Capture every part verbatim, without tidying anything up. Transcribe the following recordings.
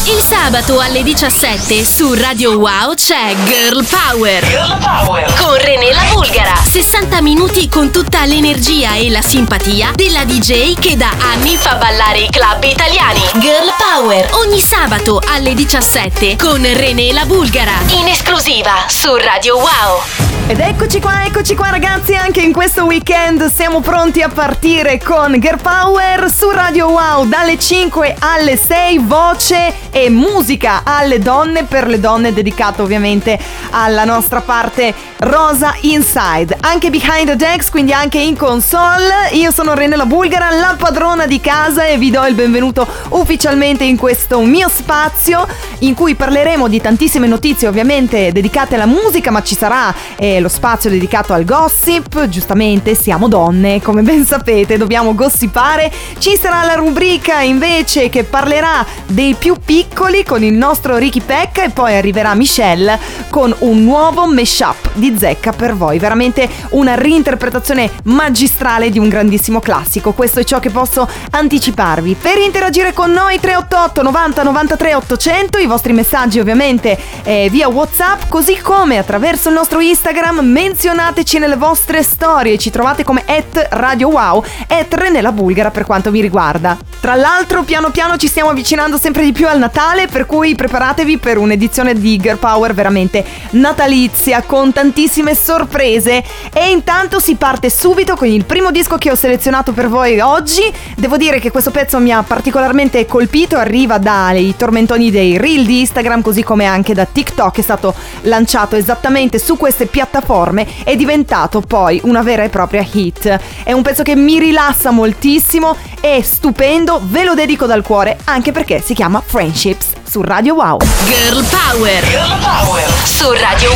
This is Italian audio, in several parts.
Il sabato alle diciassette su Radio Wow c'è Girl Power. Girl Power con René La Bulgara. sessanta minuti con tutta l'energia e la simpatia della D J che da anni fa ballare i club italiani. Girl Power ogni sabato alle diciassette con René La Bulgara. In esclusiva su Radio Wow. Ed eccoci qua, eccoci qua ragazzi, anche in questo weekend siamo pronti a partire con Girl Power su Radio Wow dalle cinque alle sei, voce e musica alle donne, per le donne, dedicato ovviamente alla nostra parte Rosa Inside, anche behind the decks, quindi anche in console. Io sono René La Bulgara, la padrona di casa, e vi do il benvenuto ufficialmente in questo mio spazio in cui parleremo di tantissime notizie ovviamente dedicate alla musica, ma ci sarà eh, lo spazio dedicato al gossip. Giustamente siamo donne, come ben sapete, dobbiamo gossipare. Ci sarà la rubrica invece che parlerà dei più piccoli con il nostro Ricky Pecca, e poi arriverà Michelle con un nuovo mashup di Zecca per voi, veramente una reinterpretazione magistrale di un grandissimo classico. Questo è ciò che posso anticiparvi. Per interagire con noi tre otto otto novanta novantatré ottocento, i vostri messaggi ovviamente eh, via WhatsApp, così come attraverso il nostro Instagram. Menzionateci nelle vostre storie, ci trovate come at Radio Wow, at René La Bulgara per quanto mi riguarda. Tra l'altro piano piano ci stiamo avvicinando sempre di più al Natale, per cui preparatevi per un'edizione di Girl Power veramente natalizia con tantissime sorprese. E intanto si parte subito con il primo disco che ho selezionato per voi oggi. Devo dire che questo pezzo mi ha particolarmente colpito, arriva dai tormentoni dei reel di Instagram, così come anche da TikTok. È stato lanciato esattamente su queste piattaforme, è diventato poi una vera e propria hit. È un pezzo che mi rilassa moltissimo, è stupendo, ve lo dedico dal cuore, anche perché si chiama Friendships su Radio Wow. Girl Power, Girl Power su Radio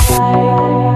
Wow.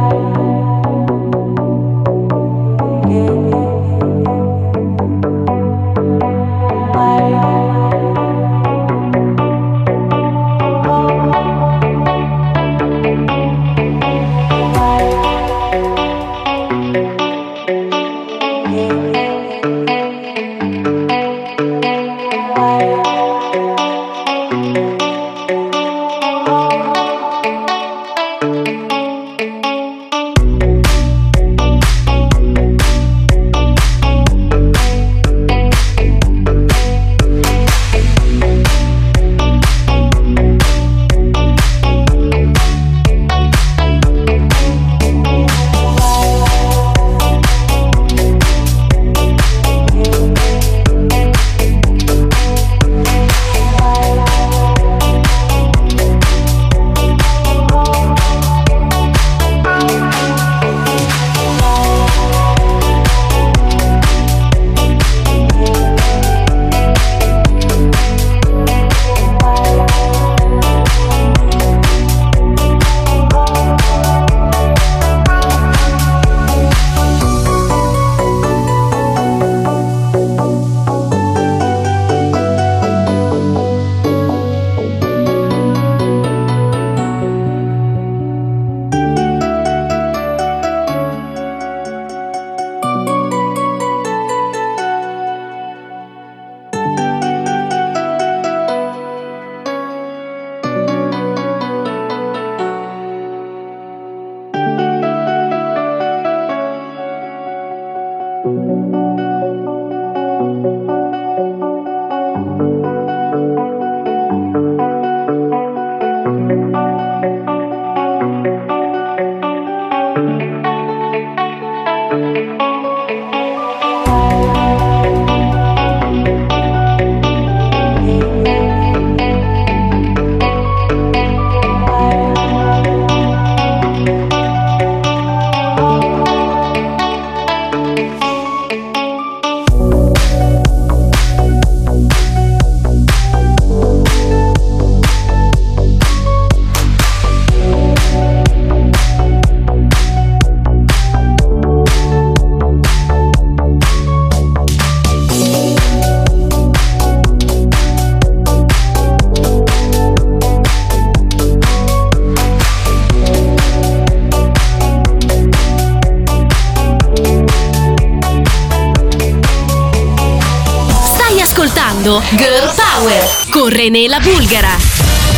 ascoltando Girl Power con René la Bulgara.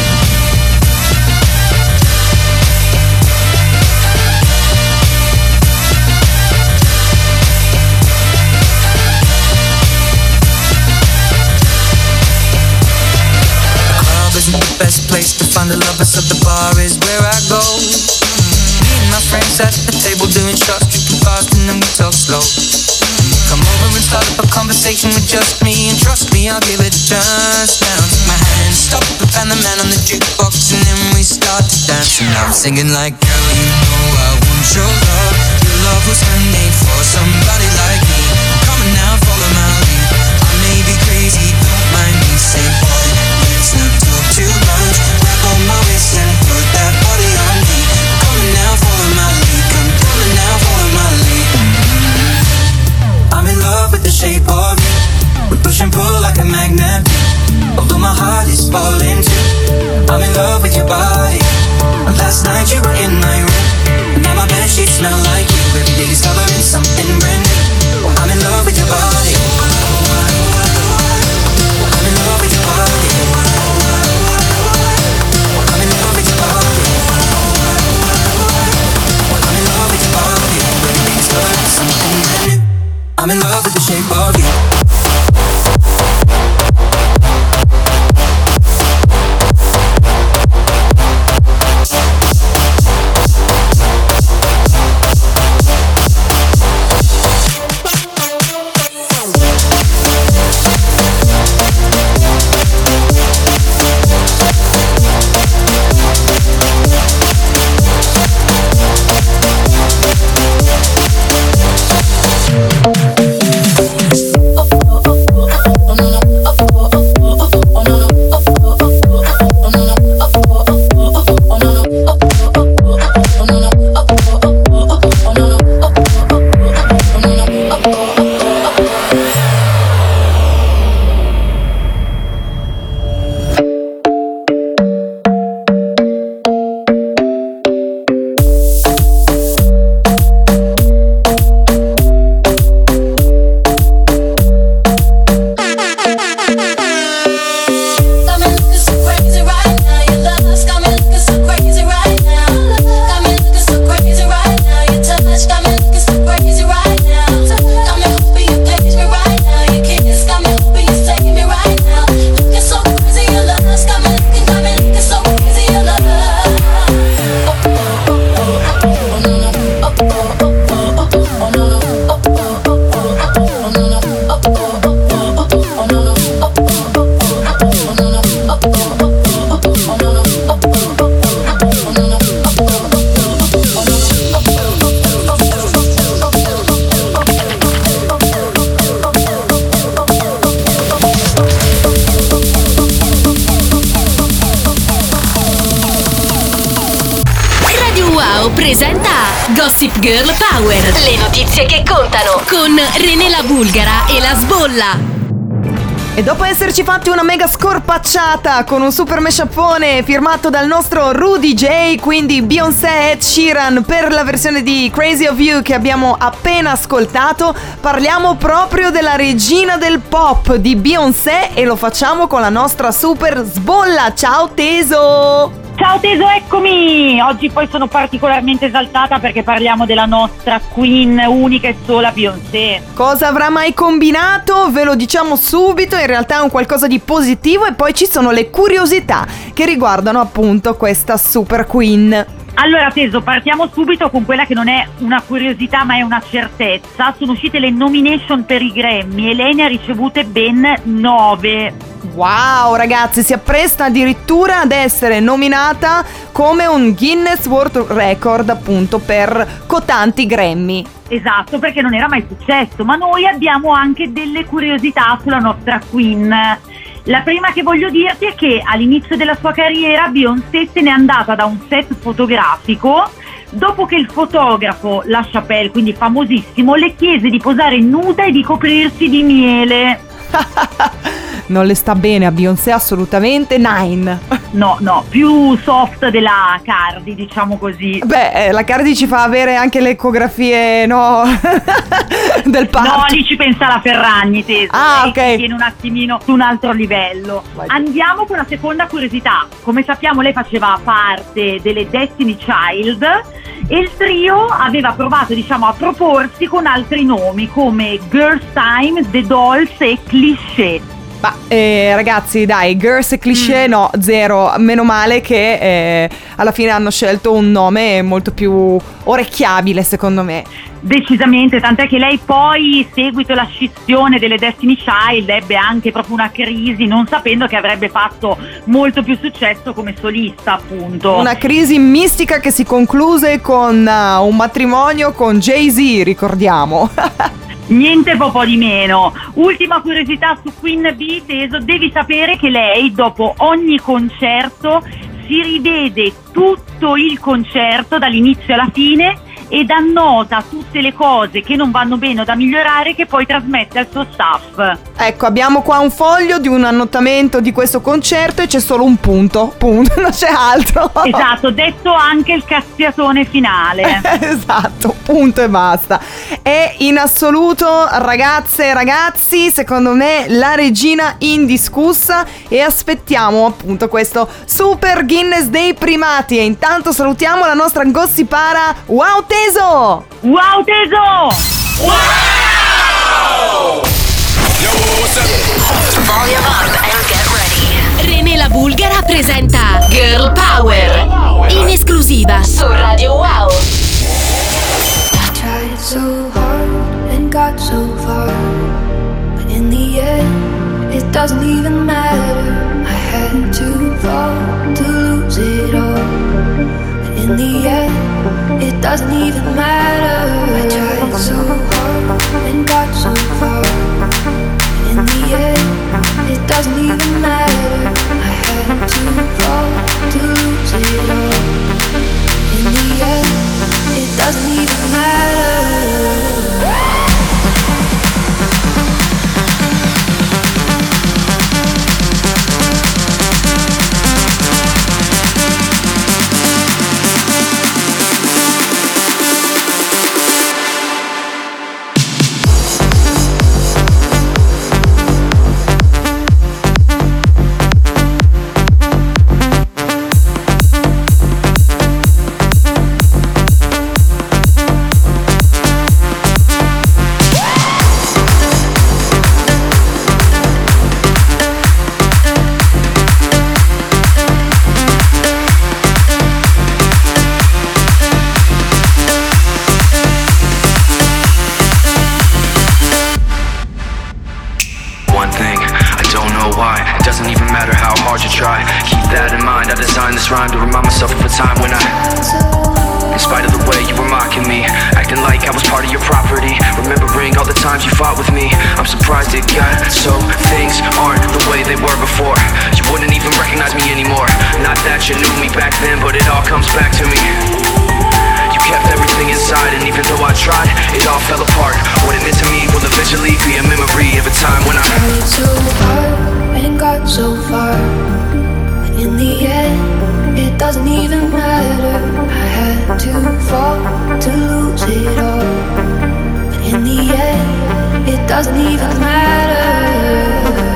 Isn't the best place to find the lovers, so the bar is where I go. Me and my friends at the table doing shots, tripping fast and then we talk slow. Come over and start up a conversation with just me, and trust me, I'll give it a chance. Now take my hand, stop and find the man on the jukebox, and then we start to dance. And I'm singing like, girl, you know I want your love. Your love was handmade for somebody like me. Come on now, follow my lead. I may be crazy, don't mind me. Say, boy, let's not talk too much. Grab on my waist and put that body on me. Come on now, follow my lead. Come, come on now, follow my lead. Mm-hmm. I'm in love with the shape of you. We push and pull like a magnet. Although my heart is falling too. I'm in love with your body. And last night you were in my room. And now my bedsheets smell like you. Every day discovering something brand new. I'm in love with your body. I'm in love with your body. I'm in love with your body. I'm in love with your body. Every day discovering something brand new. I'm in love with the shape of you. Presenta Gossip Girl Power, le notizie che contano, con René la Bulgara e la Sbolla. E dopo esserci fatti una mega scorpacciata con un super mashupone firmato dal nostro Rudy J, quindi Beyoncé e Ed Sheeran per la versione di Crazy of You che abbiamo appena ascoltato, parliamo proprio della regina del pop di Beyoncé e lo facciamo con la nostra super Sbolla. Ciao Teso! Ciao Teso, eccomi! Oggi poi sono particolarmente esaltata perché parliamo della nostra queen unica e sola Beyoncé. Cosa avrà mai combinato? Ve lo diciamo subito, in realtà è un qualcosa di positivo e poi ci sono le curiosità che riguardano appunto questa super queen. Allora Teso, partiamo subito con quella che non è una curiosità ma è una certezza. Sono uscite le nomination per i Grammy e lei ne ha ricevute ben nove. Wow ragazzi, si appresta addirittura ad essere nominata come un Guinness World Record appunto per cotanti Grammy. Esatto, perché non era mai successo, ma noi abbiamo anche delle curiosità sulla nostra queen. La prima che voglio dirti è che all'inizio della sua carriera Beyoncé se n'è andata da un set fotografico dopo che il fotografo, La Chapelle, quindi famosissimo, le chiese di posare nuda e di coprirsi di miele. Non le sta bene a Beyoncé assolutamente. Nine. no, no, più soft della Cardi, diciamo così. Beh, eh, la Cardi ci fa avere anche le ecografie, no? Del parto. No, lì ci pensa la Ferragni, teso. Ah, Lei ok. viene un attimino su un altro livello. Vai. Andiamo con la seconda curiosità. Come sappiamo, lei faceva parte delle Destiny Child e il trio aveva provato, diciamo, a proporsi con altri nomi come Girls Time, The Dolls e Cliché. Ma eh, ragazzi, dai, girls e cliché, Mm. no, zero. Meno male che eh, alla fine hanno scelto un nome molto più orecchiabile, secondo me. Decisamente, tant'è che lei poi, seguito la scissione delle Destiny Child, ebbe anche proprio una crisi, non sapendo che avrebbe fatto molto più successo come solista, appunto. Una crisi mistica che si concluse con uh, un matrimonio con Jay-Z, ricordiamo. Niente po' po' di meno. Ultima curiosità su Queen Bee, teso, devi sapere che lei dopo ogni concerto si rivede tutto il concerto dall'inizio alla fine ed annota tutte le cose che non vanno bene o da migliorare, che poi trasmette al suo staff. Ecco, abbiamo qua un foglio di un annotamento di questo concerto e c'è solo un punto, punto, non c'è altro. Esatto, detto anche il cazziatone finale. Esatto, punto e basta. E in assoluto, ragazze e ragazzi, secondo me la regina indiscussa, e aspettiamo appunto questo Super Guinness dei primati. E intanto salutiamo la nostra gossipara. Wow Teso! Wow, teso! René la Bulgara presenta Girl Power in esclusiva su Radio Wow. I tried so hard and got so far, but in the end, it doesn't even matter. I had to fall to lose it all, but in the end, it doesn't even matter. I tried so hard and got so far, but in the end, it doesn't even matter. I had to fall to lose it all. In the end, it doesn't even matter. Rhyme to remind myself of a time when I, in spite of the way you were mocking me, acting like I was part of your property, remembering all the times you fought with me. I'm surprised it got so things aren't the way they were before. You wouldn't even recognize me anymore. Not that you knew me back then, but it all comes back to me. You kept everything inside, and even though I tried, it all fell apart. What it meant to me will eventually be a memory of a time when I tried so hard and got so far, but in the end, it doesn't even matter. I had to fall to lose it all, but in the end, it doesn't even matter.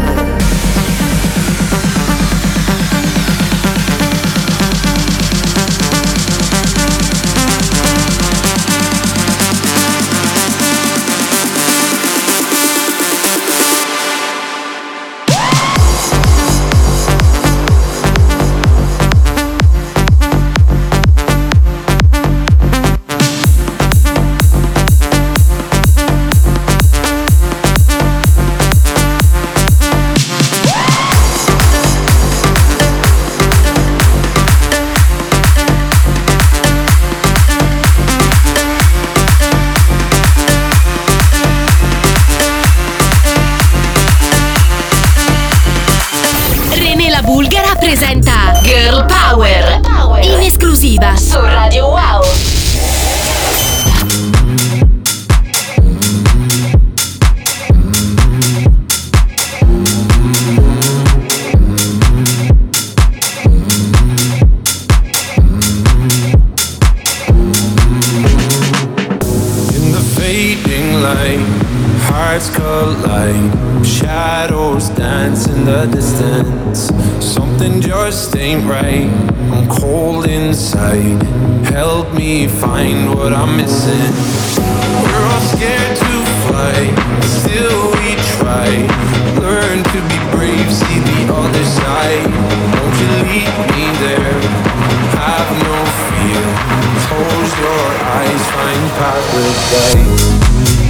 Presenta Girl Power in esclusiva su Radio Wow. ain't right. I'm cold inside. Help me find what I'm missing. We're all scared to fly, still we try. Learn to be brave, see the other side. Won't you lead me there? Have no fear. Close your eyes, find paradise.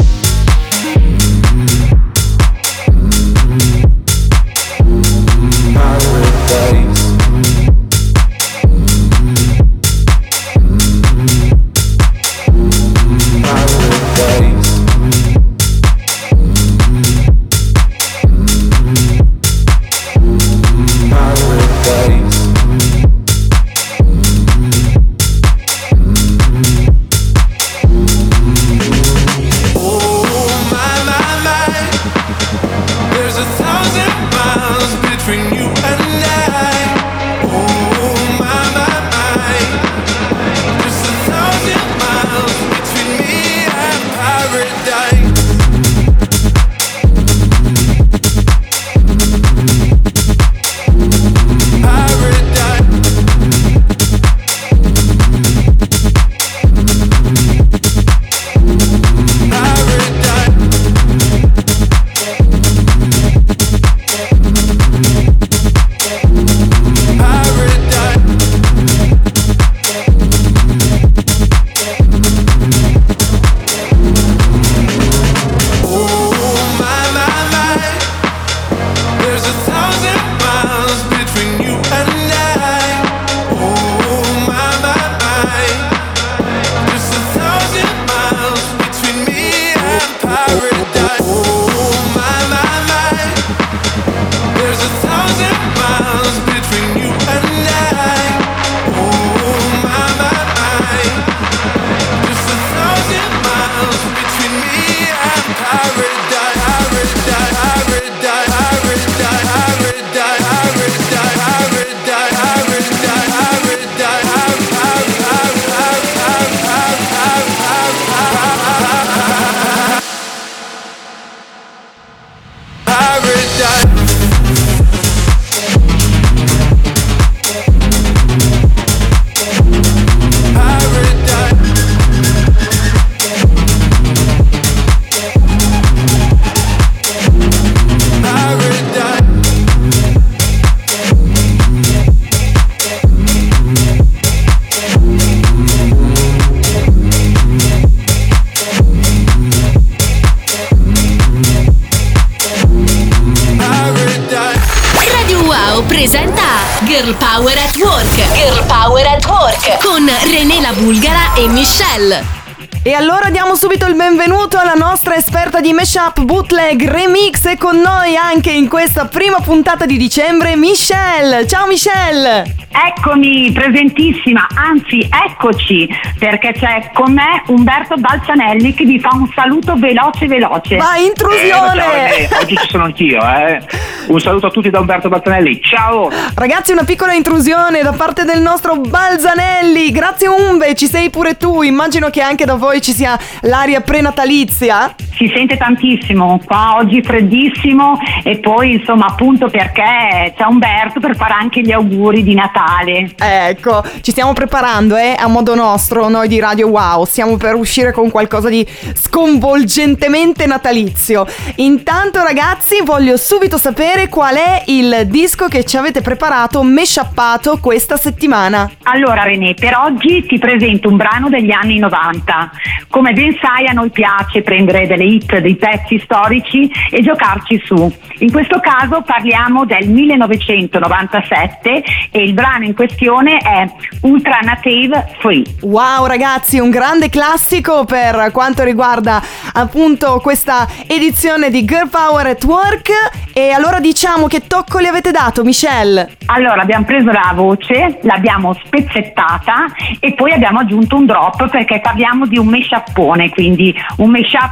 Presenta Girl Power at Work. Girl Power at Work con René La Bulgara e Michelle. E allora diamo subito il benvenuto alla nostra esperta di mashup, bootleg, remix e con noi anche in questa prima puntata di dicembre Michelle. Ciao Michelle! Eccomi, presentissima, anzi eccoci, perché c'è con me Umberto Balzanelli che vi fa un saluto veloce veloce. Vai, intrusione! Eh, ciao, oggi ci sono anch'io, eh. Un saluto a tutti da Umberto Balzanelli, ciao! Ragazzi, una piccola intrusione da parte del nostro Balzanelli. Grazie Umbe, ci sei pure tu. Immagino che anche da voi ci sia l'aria prenatalizia. Si sente tantissimo, qua oggi freddissimo e poi insomma appunto perché c'è Umberto per fare anche gli auguri di Natale. Ecco, ci stiamo preparando eh, a modo nostro noi di Radio Wow, stiamo per uscire con qualcosa di sconvolgentemente natalizio. Intanto ragazzi voglio subito sapere qual è il disco che ci avete preparato, mashuppato questa settimana. Allora René, per oggi ti presento un brano degli anni novanta. Come ben sai a noi piace prendere delle hit, dei pezzi storici e giocarci su. In questo caso parliamo del millenovecentonovantasette e il brano in questione è Ultra Native Free. Wow ragazzi, un grande classico per quanto riguarda appunto questa edizione di Girl Power at Work. E allora diciamo che tocco le avete dato, Michelle? Allora abbiamo preso la voce, l'abbiamo spezzettata e poi abbiamo aggiunto un drop perché parliamo di un mashuppone, quindi un mashup edit.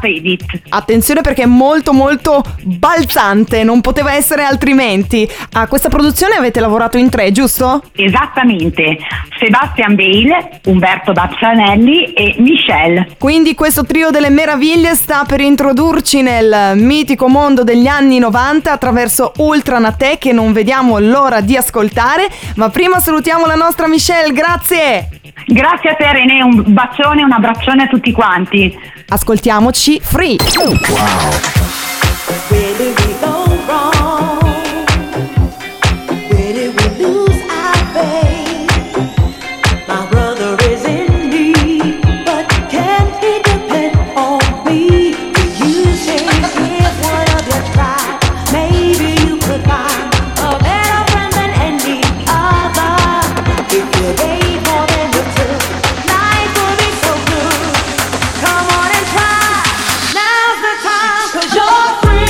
Attenzione perché è molto molto balzante, non poteva essere altrimenti. A questa produzione avete lavorato in tre, giusto? Esattamente, Sebastian Bale, Umberto Bazzanelli e Michelle. Quindi questo trio delle meraviglie sta per introdurci nel mitico mondo degli anni novanta attraverso Ultranate, che non vediamo l'ora di ascoltare. Ma prima salutiamo la nostra Michelle, grazie! Grazie a te René, un bacione, un abbraccione a tutti quanti. Ascoltiamoci Free. Wow. Where did we go wrong? Where did we lose our faith? My brother is in need, but can he depend on me? Do you think if one of you tried, maybe you could find a better friend than any other? If you gave more than you took, life would be so good. Come on and try. Now's the time, 'cause you're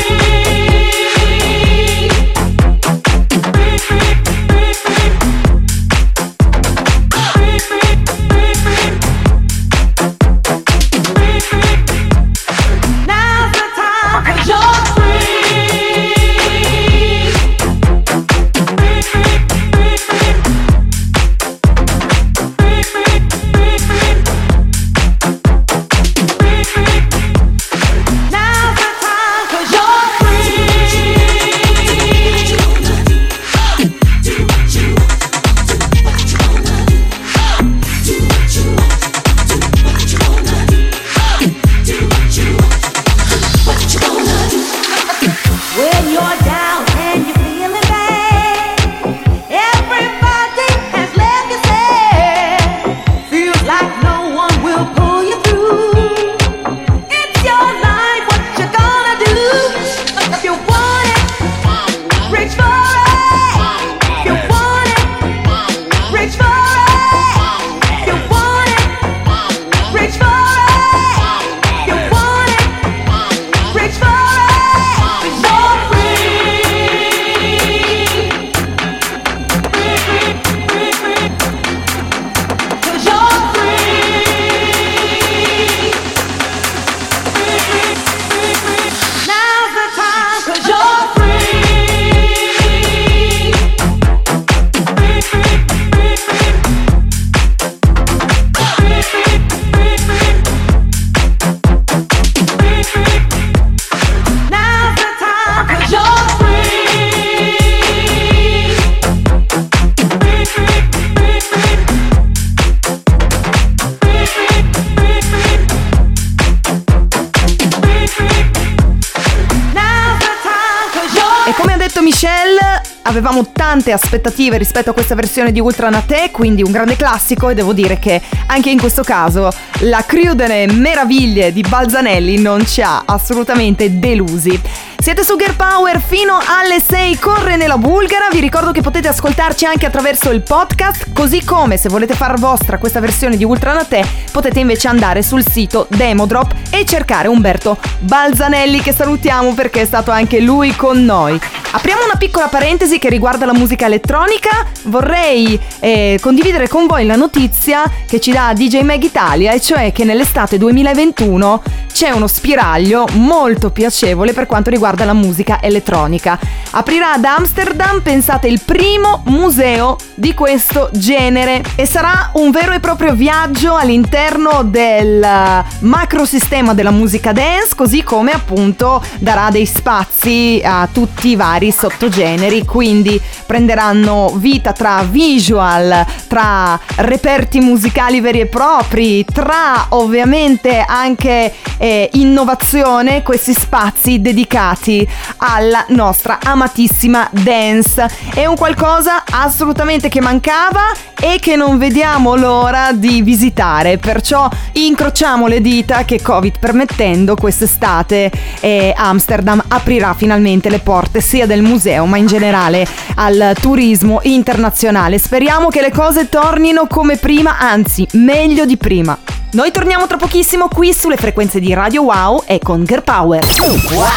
avevamo tante aspettative rispetto a questa versione di Ultranate, quindi un grande classico, e devo dire che anche in questo caso la crew delle meraviglie di Balzanelli non ci ha assolutamente delusi. Siete su Girl Power fino alle sei con René Bulgara. Vi ricordo che potete ascoltarci anche attraverso il podcast, così come se volete far vostra questa versione di Ultranate potete invece andare sul sito Demodrop e cercare Umberto Balzanelli, che salutiamo perché è stato anche lui con noi. Apriamo una piccola parentesi che riguarda la musica elettronica. Vorrei eh, condividere con voi la notizia che ci dà D J Mag Italia, e cioè che nell'estate duemilaventuno c'è uno spiraglio molto piacevole per quanto riguarda la musica elettronica. Aprirà ad Amsterdam, pensate, il primo museo di questo genere, e sarà un vero e proprio viaggio all'interno del macrosistema della musica dance, così come appunto darà dei spazi a tutti i vari sottogeneri, quindi prenderanno vita tra visual, tra reperti musicali veri e propri, tra ovviamente anche eh, innovazione, questi spazi dedicati alla nostra amatissima dance. È un qualcosa assolutamente che mancava e che non vediamo l'ora di visitare, perciò incrociamo le dita che, Covid permettendo, quest'estate eh, Amsterdam aprirà finalmente le porte sia del museo ma in generale al turismo internazionale. Speriamo che le cose tornino come prima, anzi meglio di prima. Noi torniamo tra pochissimo qui sulle frequenze di Radio Wow e con Girl Power. Wow!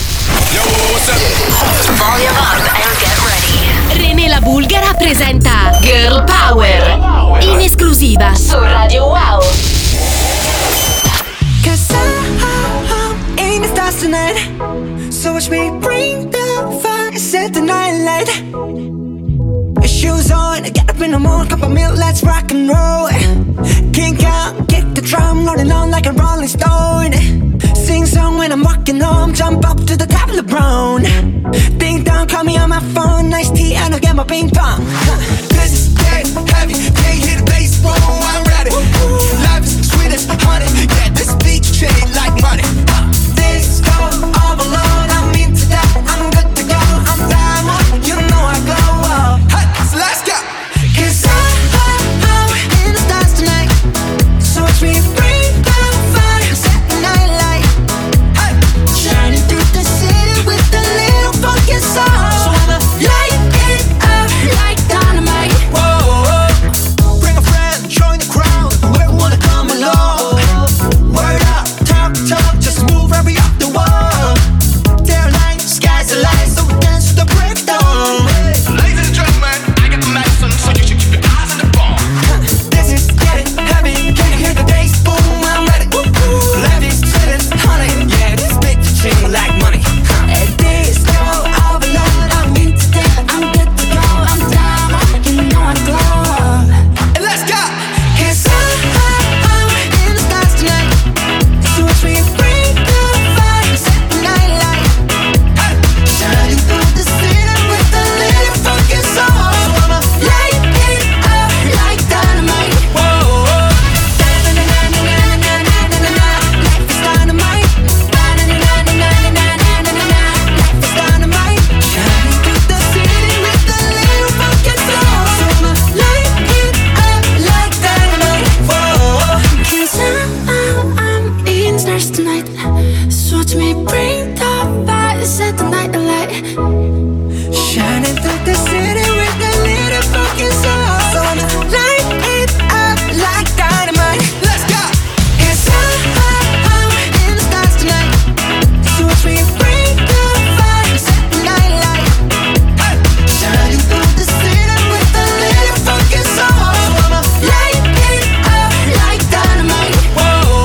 René La Bulgara presenta Girl Power in esclusiva su Radio Wow. Cause I ain't watch me bring the fire, set the night light. Shoes on, get up in the morning, cup of milk, let's rock and roll. Kink out, kick the drum, rolling on like a rolling stone. Sing song when I'm walking home, jump up to the top of the brown. Ding dong, call me on my phone, nice tea and I'll get my ping pong. This is dead heavy, can't hear the bass, boom, I'm ready. Life is sweet as honey, yeah, this beat chain like money. This go all alone, I'm into that, I'm good to go, I'm diamond, you know I glow up. Hey, so let's go. Cause I, I, I'm in the stars tonight, so watch me bring the fire, set the night light. Hey, shining through the city with a little funky soul. So I'ma light it up like dynamite. Whoa, bring a friend, join the crowd, whoever wanna come along. Word up, talk, talk, just move right up the wall. They're like, sky's the light, so we dance to the breakdown. Ladies and gentlemen, I got the medicine, so you should keep your eyes on the ball. This is getting heavy, can you hear the bass? Boom, I'm ready. Levi's, sweaters, honey, yeah, this bitch chain like money. At this go all alone, I'm into that, I'm good to go, I'm diamond, you know I glow. And let's go. Cause I, I, I'm in the stars tonight, so watch me bring the fire, set the night light. Hey, shining through the city with a little funky soul. So I'ma light it up like dynamite. Whoa, na-na-na-na-na-na-na-na-na-na. Life is dynamite. Na-na-na-na-na-na-na-na-na. Life is dynamite. Shining through the city with a little funky soul. So I'ma light it up like dynamite. Whoa, 'cause I'm, I'm in stars tonight, so watch me bring the fire, set the night alight. Shining through the city with a little funky soul. So I'ma light it up like dynamite. Let's go. 'Cause I, I, I'm in the stars tonight, so watch me bring the fire, set the night light. Hey, shining through the city with a little funky soul. So I'ma light it up like dynamite. Whoa,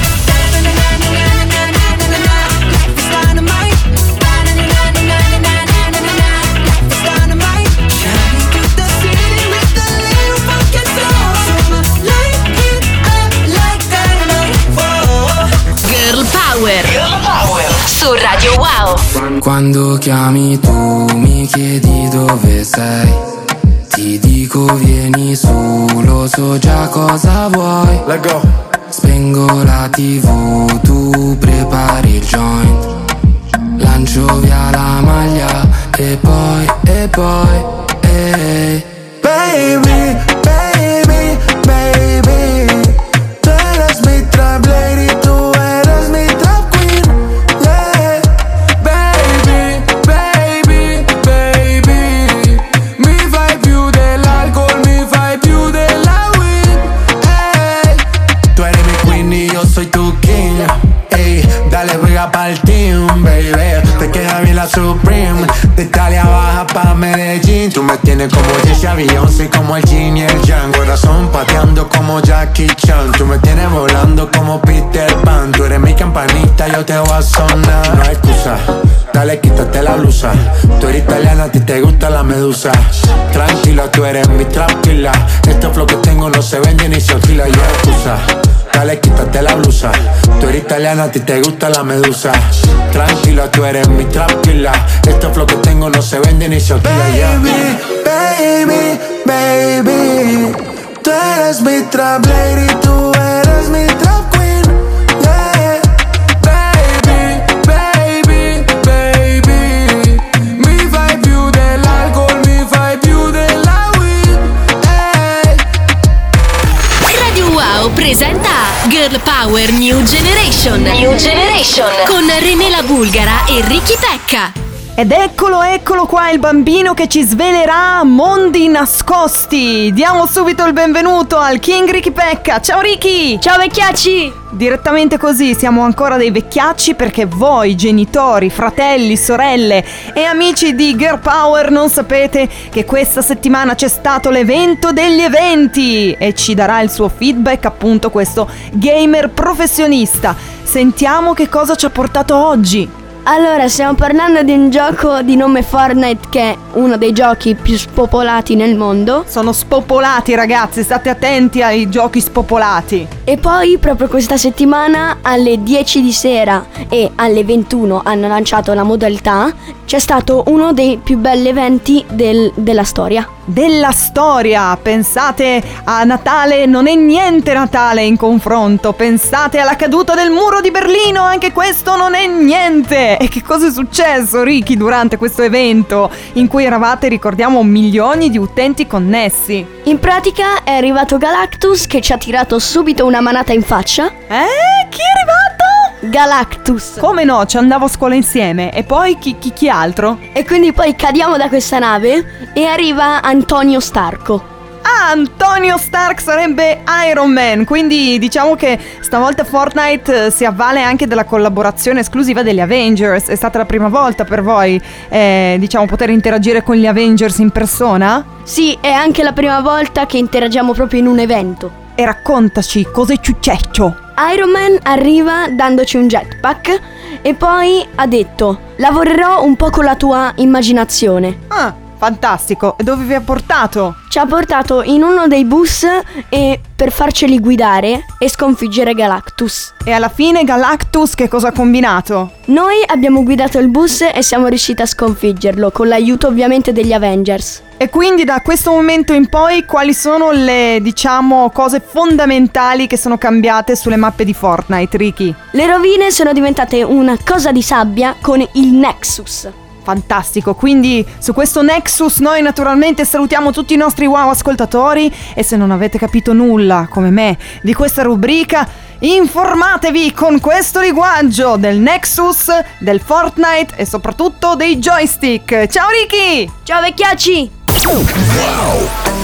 na-na-na-na-na-na-na-na-na. Life is dynamite. Na-na-na-na-na-na-na-na-na. Life is dynamite. Shining through the city with a little funky soul. So I'ma light it up like dynamite. Whoa. Girl Power. Girl Power. Su Radio Wow. Quando chiami tu mi chiedi dove sei, ti dico vieni su, lo so già cosa vuoi. Let go. Spengo la tivù, tu prepari il joint, lancio via la maglia e poi, e poi, ehi. Baby, baby, baby, tú eres mi trap lady, tú eres mi trap queen, yeah. Baby, baby, baby, mi fai più dell'alcol, mi fai più della weed, ehi. Tú eres mi queen y yo soy tu king, ey. Dale, juega pa'l team, baby. Te queda bien la Supreme, de Italia baja pa' Medellín. Tú me tienes como Jessie, Beyoncé, como el Jin y el Yang. Corazón pateando como Jackie Chan. Tú me tienes volando como Peter Pan. Tú eres mi campanita, yo te voy a sonar. No hay excusa, dale, quítate la blusa. Tú eres italiana, a ti te gusta la medusa. Tranquila, tú eres mi trap killer. Este flow que tengo no se vende ni se alquila. Y excusa, dale, quítate la blusa. Tú eres italiana, a ti te gusta la medusa. Tranquila, tú eres mi trap killer. Este flow que tengo no se vende ni se alquila. Baby, baby, baby, tú eres mi trap lady, tú eres mi trap queen, yeah. Baby, baby, baby, mi fai più dell'alcol, mi fai più della weed, hey. Radio Wow presenta Girl Power New Generation. New Generation con Renela Bulgara e Ricky Pecca. Ed eccolo, eccolo qua il bambino che ci svelerà mondi nascosti. Diamo subito il benvenuto al King Ricky Pecca. Ciao Ricky! Ciao vecchiacci! Direttamente così, siamo ancora dei vecchiacci perché voi, genitori, fratelli, sorelle e amici di Girl Power, non sapete che questa settimana c'è stato l'evento degli eventi e ci darà il suo feedback appunto questo gamer professionista. Sentiamo che cosa ci ha portato oggi. Allora, stiamo parlando di un gioco di nome Fortnite, che è uno dei giochi più spopolati nel mondo. Sono spopolati, ragazzi, state attenti ai giochi spopolati. E poi proprio questa settimana alle dieci di sera e alle ventuno hanno lanciato la modalità. C'è stato uno dei più belli eventi del, della storia. Della storia, pensate a Natale, non è niente Natale in confronto. Pensate alla caduta del muro di Berlino, anche questo non è niente. E che cosa è successo, Ricky, durante questo evento in cui eravate, ricordiamo, milioni di utenti connessi? In pratica è arrivato Galactus, che ci ha tirato subito una manata in faccia. Eh? Chi è arrivato? Galactus. Come no, ci andavo a scuola insieme. E poi chi, chi, chi altro? E quindi poi cadiamo da questa nave e arriva Antonio Starco. Ah, Antonio Stark sarebbe Iron Man. Quindi diciamo che stavolta Fortnite si avvale anche della collaborazione esclusiva degli Avengers. È stata la prima volta per voi, eh, diciamo, poter interagire con gli Avengers in persona? Sì, è anche la prima volta che interagiamo proprio in un evento. E raccontaci, cosa è successo? Iron Man arriva dandoci un jetpack e poi ha detto: lavorerò un po' con la tua immaginazione. Ah, fantastico. E dove vi ha portato? Ci ha portato in uno dei bus e per farceli guidare e sconfiggere Galactus. E alla fine Galactus che cosa ha combinato? Noi abbiamo guidato il bus e siamo riusciti a sconfiggerlo, con l'aiuto ovviamente degli Avengers. E quindi da questo momento in poi quali sono le, diciamo, cose fondamentali che sono cambiate sulle mappe di Fortnite, Ricky? Le rovine sono diventate una cosa di sabbia con il Nexus. Fantastico, quindi su questo Nexus noi naturalmente salutiamo tutti i nostri wow ascoltatori e se non avete capito nulla, come me, di questa rubrica, informatevi con questo linguaggio del Nexus, del Fortnite e soprattutto dei joystick. Ciao Ricky! Ciao vecchiacci! Wow!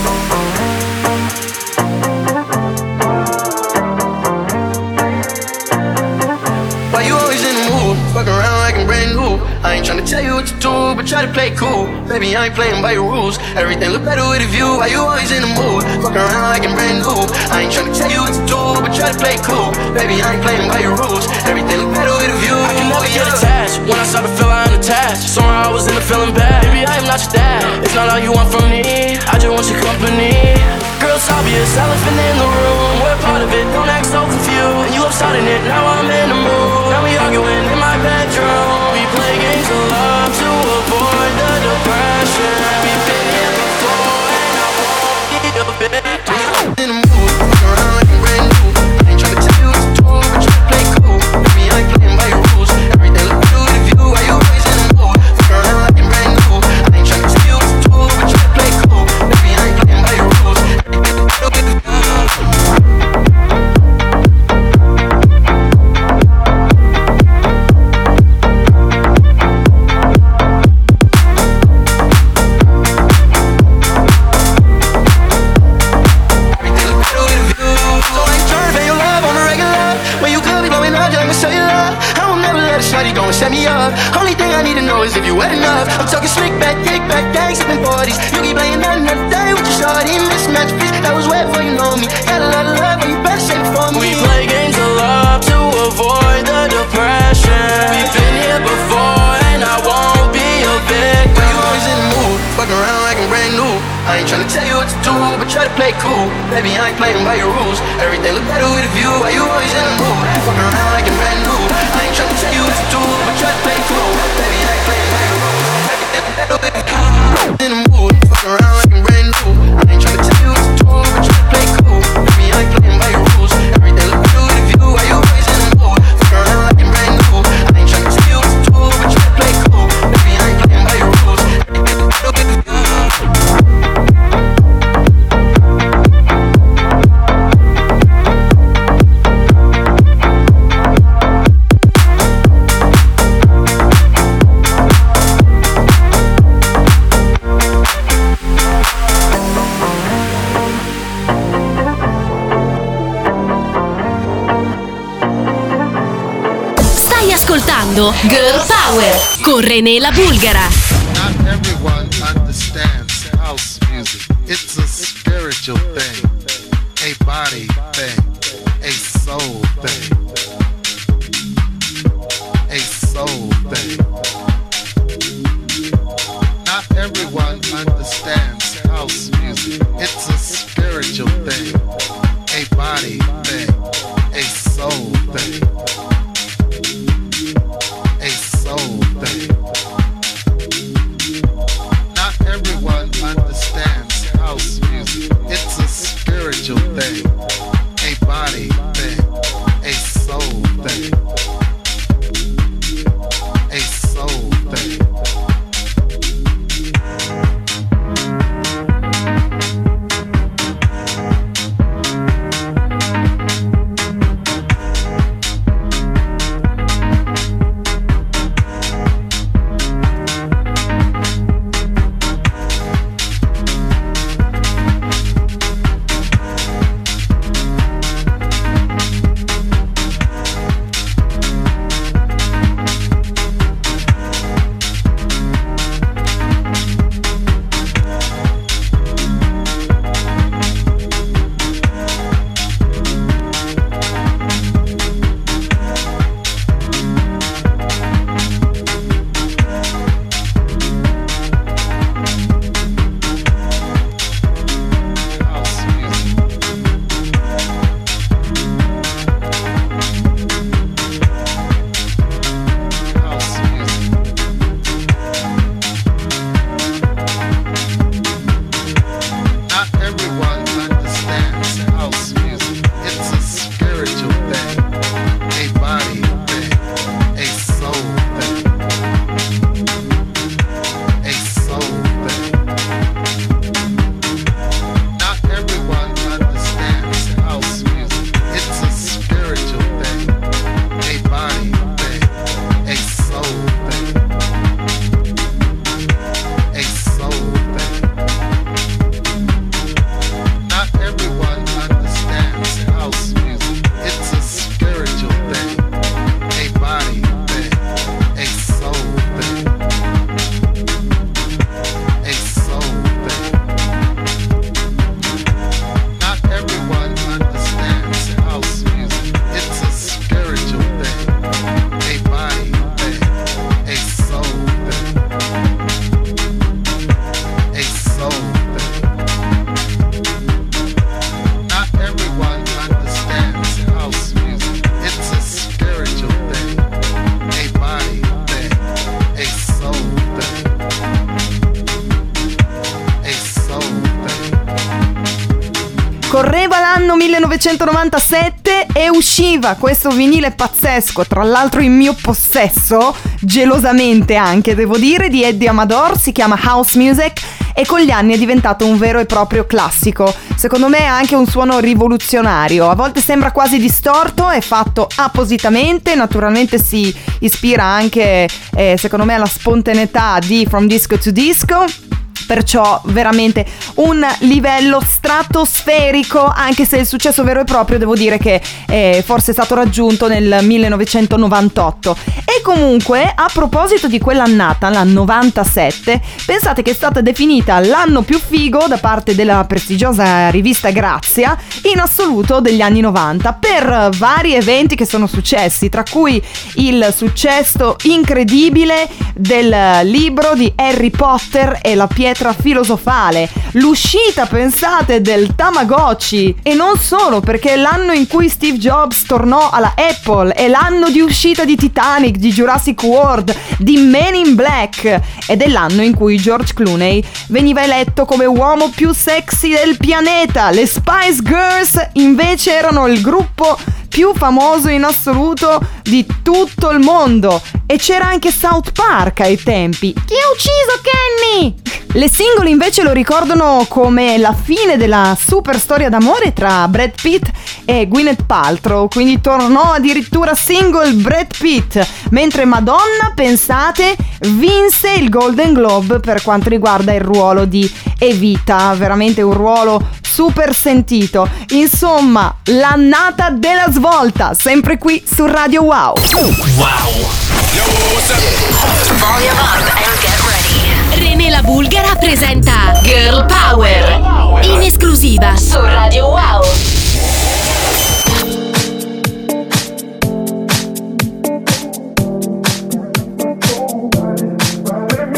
Fuck around like I'm brand new. I ain't tryna tell you what to do, but try to play cool. Baby, I ain't playing by your rules. Everything look better with a view. Why you always in the mood? Fuck around like I'm brand new. I ain't tryna tell you what to do, but try to play cool. Baby, I ain't playing by your rules. Everything look better with a view. I can never get attached. When I start to feel I'm attached, somewhere I was in the feeling bad. Baby, I am not your dad. It's not all you want from me. I just want your company. Girl, it's obvious, elephant in the room. We're part of it, don't act so confused. You love starting it, now I'm in the mood. Now we arguing in my bedroom. We play games of love to avoid the depression. We've been here before and I won't be a bit in the mood. Fuck around like I'm brand new. I ain't tryna tell you what to do, but try to play cool. Baby, I ain't playing by your rules. Everything look better with a view. Why you always in the mood? Fuck around like I'm brand new. I ain't tryna tell you what to do, but try to play cool. Baby, I ain't playing by your rules. Everything look better with a view. Set me up. Only thing I need to know is if you wet enough. I'm talking slick back, kick back, gang sipping forties. You keep playing another day with your shorty. Mismatch bitch, that was wet before you know me. Got a lot of love, but you better save it for me. We play games of love to avoid the depression. We've been here before and I won't be a victim. Why you always in the mood? Fuck around like I'm brand new. I ain't tryna tell you what to do, but try to play cool. Baby, I ain't playing by your rules. Everything look better with a view. Why you always in the mood? Fuck around like I'm brand new. I ain't tryna tell you what to do, but try to play cool. Baby, I ain't playing by your rules. Everything look better with a view. In the mood, fuck around like I'm brand new. I ain't tryna tell you what to do, but try to play cool. Baby, I ain't playing by your rules. Everything look better with a view. Why you always in the mood? Fuck around like I'm brand new. I ain't tryna tell you what to do, but try to play cool. Baby, I ain't playing by your rules. Everything look better with a view. Ascoltando Girl Power con René La Bulgara. Not everyone understands house music. It's a spiritual thing, a body thing, a soul thing, a soul thing. spiritual thing, a body thing, a soul thing, a soul thing. Not everyone understands house music. It's a spiritual thing, a body thing, a soul thing, a soul thing. Correva l'anno millenovecentonovantasette e usciva questo vinile pazzesco, tra l'altro in mio possesso, gelosamente anche devo dire, di Eddie Amador, si chiama House Music e con gli anni è diventato un vero e proprio classico. Secondo me ha anche un suono rivoluzionario, a volte sembra quasi distorto, è fatto appositamente, naturalmente si ispira anche eh, secondo me alla spontaneità di From Disco to Disco. Perciò veramente un livello stratosferico, anche se il successo vero e proprio devo dire che eh, forse è stato raggiunto nel millenovecentonovantotto. E comunque, a proposito di quell'annata, la novantasette, pensate che è stata definita l'anno più figo da parte della prestigiosa rivista Grazia in assoluto degli anni novanta, per vari eventi che sono successi, tra cui il successo incredibile del libro di Harry Potter e la pietra filosofale, l'uscita, pensate, del Tamagotchi, e non solo, perché è l'anno in cui Steve Jobs tornò alla Apple, è l'anno di uscita di Titanic, di Jurassic World, di Men in Black, ed è l'anno in cui George Clooney veniva eletto come uomo più sexy del pianeta. Le Spice Girls invece erano il gruppo più famoso in assoluto di tutto il mondo, e c'era anche South Park ai tempi. Chi ha ucciso Kenny? Le singole invece lo ricordano come la fine della super storia d'amore tra Brad Pitt e Gwyneth Paltrow, quindi tornò addirittura single Brad Pitt, mentre Madonna, pensate, vinse il Golden Globe per quanto riguarda il ruolo di Evita, veramente un ruolo super sentito. Insomma, l'annata della svolta, sempre qui su Radio Wow. Wow. Volume up and get ready. René la Bulgara presenta Girl Power in esclusiva su Radio Wow.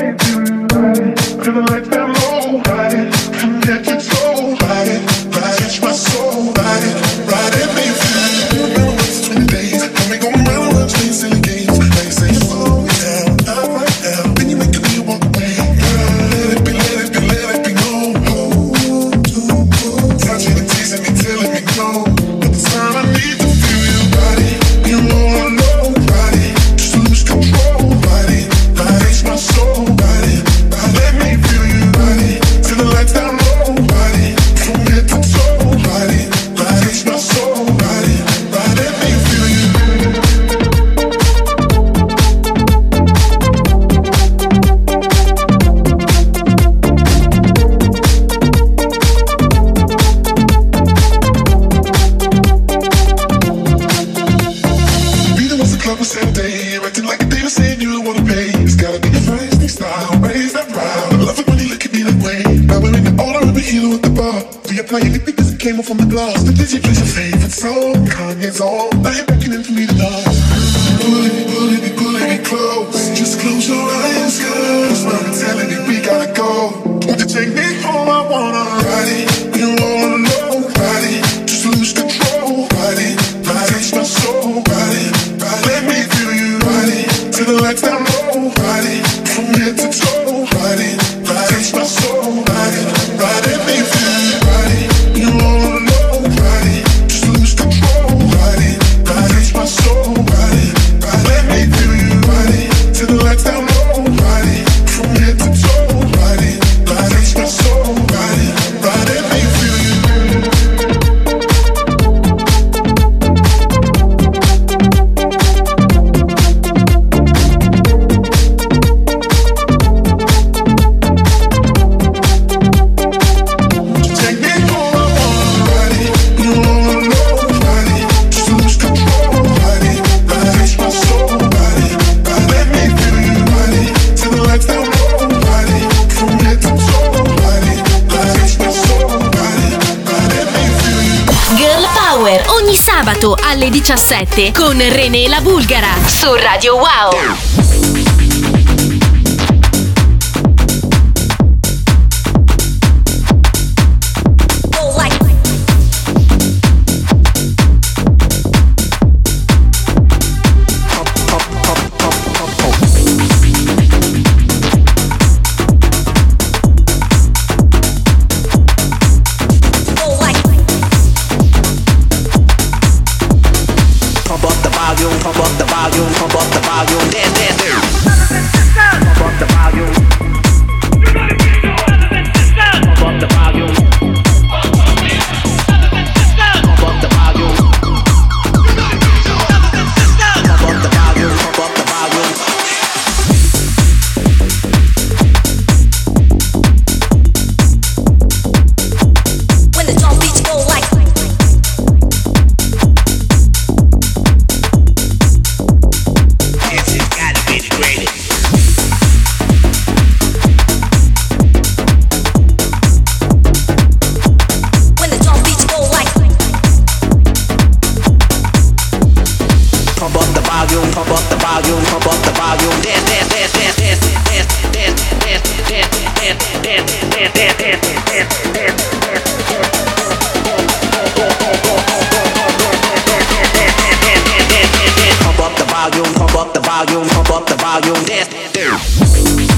Feeling like that low, ride it, come get it slow, ride it, ride it. because it came off on the glass. But did you play your favorite song? Kanye's on. Now you're beckoning for me to dance. Pulling me, pulling me, pulling me close. Just close your eyes, cause my mentality, we gotta go. Won't you take me home? I wanna ride it. You don't wanna know, ride it. Just lose control, ride it. Ride it, my soul, ride it. Ride it. Let me feel you, ride it. Till the lights down low, ride it. From head to toe, ride it. Ride it, my soul, ride it. Ride it, let me feel you, ride it. You don't wanna know, ride it. Just lose control, ride it. Ride it, my soul, ride it. Ride it, let me feel you, ride it. Till the lights down low, ride it. From head to toe, ride it. Ride it, my soul, ride it. Ride it, let me feel you. Ogni sabato alle diciassette con René La Bulgara su Radio Wow. Pump up the volume, pump up the volume, dance, dance, dance. Pump up the volume. Pump up the volume. Pump up the volume. Pump up the volume, pump up the volume. When the drum beats go like pump up the volume, pump up the volume, dance, dance, dance, dance, dance, dance, dance, dance, dance, dance, dance, dance, dance, dance, dance. Pump up the volume, pump up the volume, pump up the volume, dance, dance.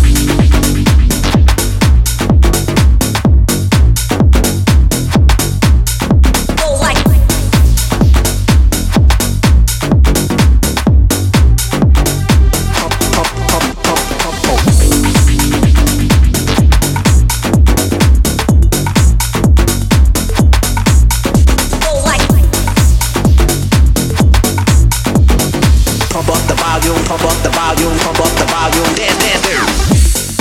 Pump up the volume, pump up the volume, pump up the volume, dance, dance, dance.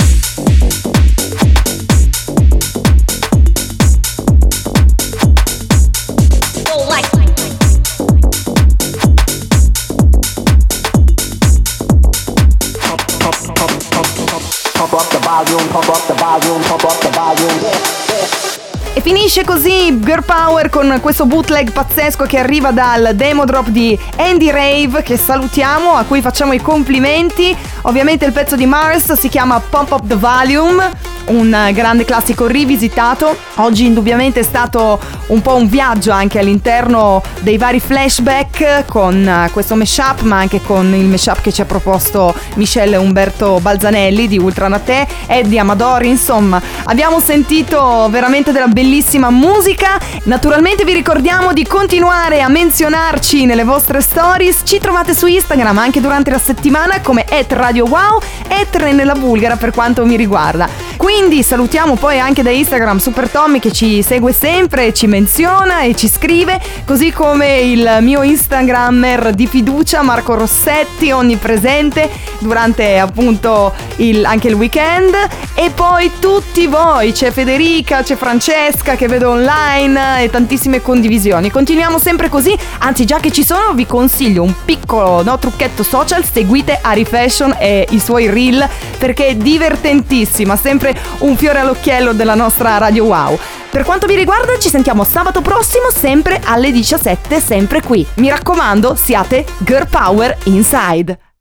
Pump up the volume, pump up the volume, pump up the volume, dance, dance. E finisce così Girl Power con questo bootleg pazzesco che arriva dal demo drop di Andy Rave, che salutiamo, a cui facciamo i complimenti. Ovviamente il pezzo di Mars si chiama Pump Up the Volume, un grande classico rivisitato. Oggi indubbiamente è stato un po' un viaggio anche all'interno dei vari flashback con questo mashup, ma anche con il mashup che ci ha proposto Michele Umberto Balzanelli di Ultranate, Eddie Amadori. Insomma, abbiamo sentito veramente della bellissima musica. Naturalmente vi ricordiamo di continuare a menzionarci nelle vostre stories. Ci trovate su Instagram anche durante la settimana come at Radio Wow, at René La Bulgara per quanto mi riguarda. Quindi salutiamo poi anche da Instagram Super Tommy, che ci segue sempre, ci menziona e ci scrive, così come il mio Instagrammer di fiducia Marco Rossetti, onnipresente durante appunto il, anche il weekend. E poi tutti voi, c'è Federica, c'è Francesca che vedo online e tantissime condivisioni. Continuiamo sempre così, anzi già che ci sono vi consiglio un piccolo no, trucchetto social: seguite Ari Fashion e i suoi reel perché è divertentissima, sempre un fiore all'occhiello della nostra Radio Wow. Per quanto mi riguarda ci sentiamo sabato prossimo sempre alle diciassette, sempre qui. Mi raccomando, siate Girl Power Inside.